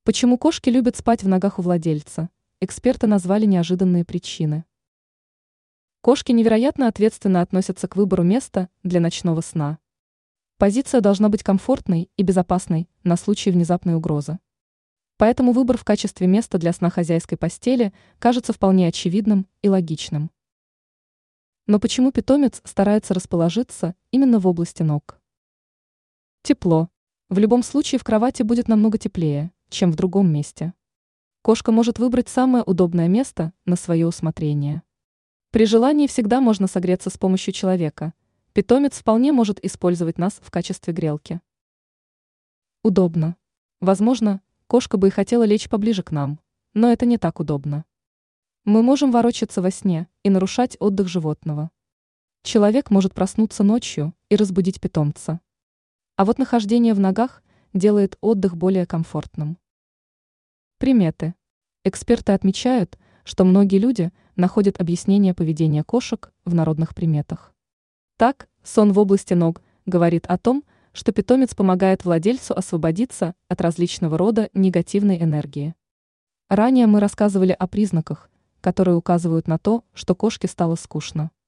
Почему кошки любят спать в ногах у владельца? Эксперты назвали неожиданные причины. Кошки невероятно ответственно относятся к выбору места для ночного сна. Позиция должна быть комфортной и безопасной на случай внезапной угрозы. Поэтому выбор в качестве места для сна хозяйской постели кажется вполне очевидным и логичным. Но почему питомец старается расположиться именно в области ног? Тепло. В любом случае в кровати будет намного теплее, чем в другом месте. Кошка может выбрать самое удобное место на свое усмотрение. При желании всегда можно согреться с помощью человека. Питомец вполне может использовать нас в качестве грелки. Удобно. Возможно, кошка бы и хотела лечь поближе к нам, но это не так удобно. Мы можем ворочаться во сне и нарушать отдых животного. Человек может проснуться ночью и разбудить питомца. А вот нахождение в ногах делает отдых более комфортным. Приметы. Эксперты отмечают, что многие люди находят объяснение поведения кошек в народных приметах. Так, сон в области ног говорит о том, что питомец помогает владельцу освободиться от различного рода негативной энергии. Ранее мы рассказывали о признаках, которые указывают на то, что кошке стало скучно.